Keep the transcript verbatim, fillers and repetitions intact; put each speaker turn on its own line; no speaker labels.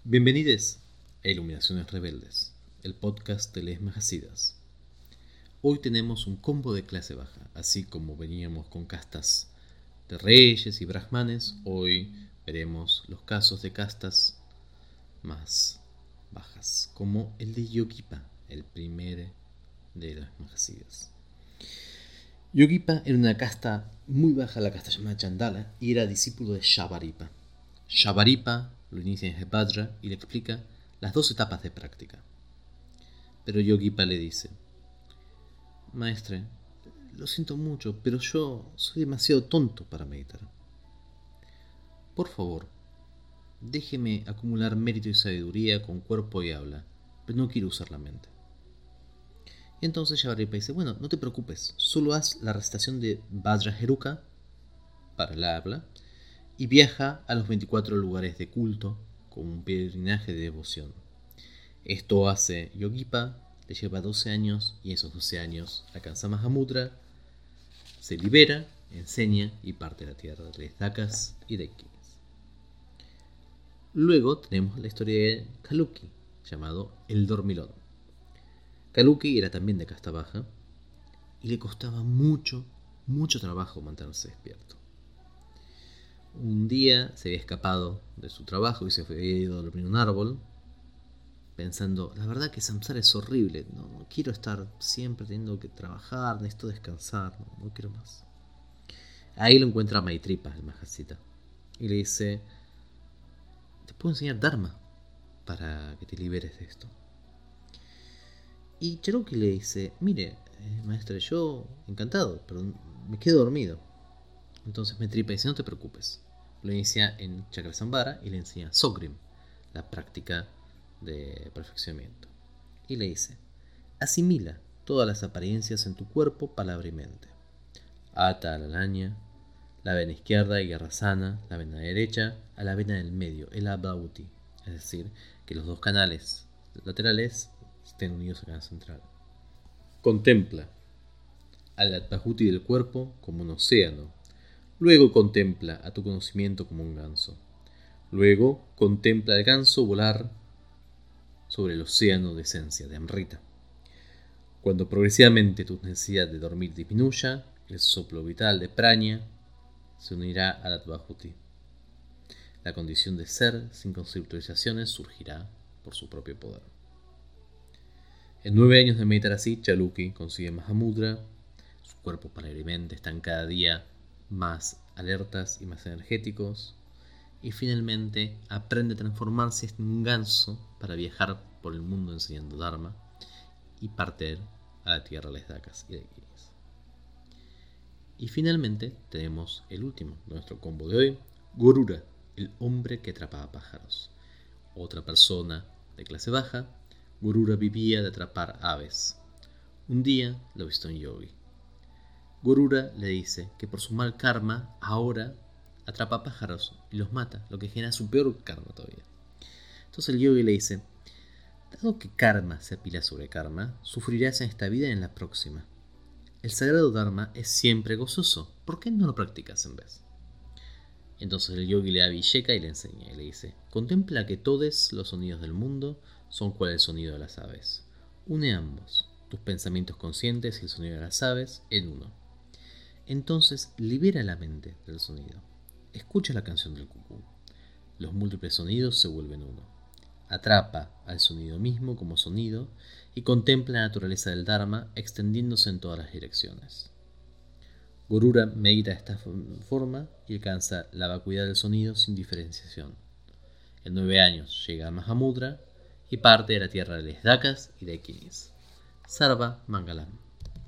Bienvenidos a Iluminaciones Rebeldes, el podcast de Les Mahasidas. Hoy tenemos un combo de clase baja, así como veníamos con castas de reyes y brahmanes. Hoy veremos los casos de castas más bajas, como el de Yogipa, el primer de las Mahasidas. Yogipa era una casta muy baja, la casta llamada Chandala, y era discípulo de Shabaripa. Shabaripa lo inicia en Hebadra y le explica las dos etapas de práctica. Pero Yogipa le dice: Maestre, lo siento mucho, pero yo soy demasiado tonto para meditar. Por favor, déjeme acumular mérito y sabiduría con cuerpo y habla, pero no quiero usar la mente. Y entonces Shabaripa dice: bueno, no te preocupes, solo haz la recitación de Vajraheruka para el habla y viaja a los veinticuatro lugares de culto como un peregrinaje de devoción. Esto hace Yogipa, le lleva doce años y esos doce años alcanza Mahamudra, se libera, enseña y parte de la tierra de Dakas y de Kines. Luego tenemos la historia de Kaluki, llamado el Dormilón. Kaluki era también de casta baja y le costaba mucho, mucho trabajo mantenerse despierto. Un día se había escapado de su trabajo y se había ido a dormir en un árbol, pensando: la verdad que samsara es horrible, no, no quiero estar siempre teniendo que trabajar, necesito descansar, no, no quiero más. Ahí lo encuentra Maitripa, el Mahasita, y le dice: te puedo enseñar Dharma para que te liberes de esto. Y Charuki le dice: mire, eh, maestre, yo encantado, pero me quedo dormido. Entonces Maitripa dice: no te preocupes. Lo inicia en Chakrasambhara y le enseña Sogrim, la práctica de perfeccionamiento. Y le dice: asimila todas las apariencias en tu cuerpo, palabra y mente. Ata a la araña, la vena izquierda y Garrasana, la vena derecha, a la vena del medio, el Abhauti. Es decir, que los dos canales laterales estén unidos al canal central. Contempla al Abhauti del cuerpo como un océano. Luego contempla a tu conocimiento como un ganso. Luego contempla al ganso volar sobre el océano de esencia, de Amrita. Cuando progresivamente tu necesidad de dormir disminuya, el soplo vital de Prajna se unirá al Abhauti. La condición de ser sin conceptualizaciones surgirá por su propio poder. En nueve años de meditar así, Chaluki consigue Mahamudra. Su cuerpo, palabra y mente están cada día más alertas y más energéticos, y finalmente aprende a transformarse en un ganso para viajar por el mundo enseñando Dharma y partir a la tierra de las Dakas y de Kines. Y finalmente tenemos el último de nuestro combo de hoy, Gorura, el hombre que atrapaba pájaros. Otra persona de clase baja, Gorura vivía de atrapar aves. Un día lo visitó un yogi. Gorura le dice que por su mal karma ahora atrapa pájaros y los mata, lo que genera su peor karma todavía. Entonces el yogi le dice: dado que karma se apila sobre karma, sufrirás en esta vida y en la próxima. El sagrado Dharma es siempre gozoso, ¿por qué no lo practicas en vez? Entonces el yogi le da Visheka y le enseña y le dice: contempla que todos los sonidos del mundo son cual el sonido de las aves. Une ambos, tus pensamientos conscientes y el sonido de las aves, en uno. Entonces libera la mente del sonido. Escucha la canción del cucú. Los múltiples sonidos se vuelven uno. Atrapa al sonido mismo como sonido y contempla la naturaleza del Dharma extendiéndose en todas las direcciones. Gorura medita de esta forma y alcanza la vacuidad del sonido sin diferenciación. En nueve años llega a Mahamudra y parte de la tierra de las Dakas y de Kines. Sarva Mangalam.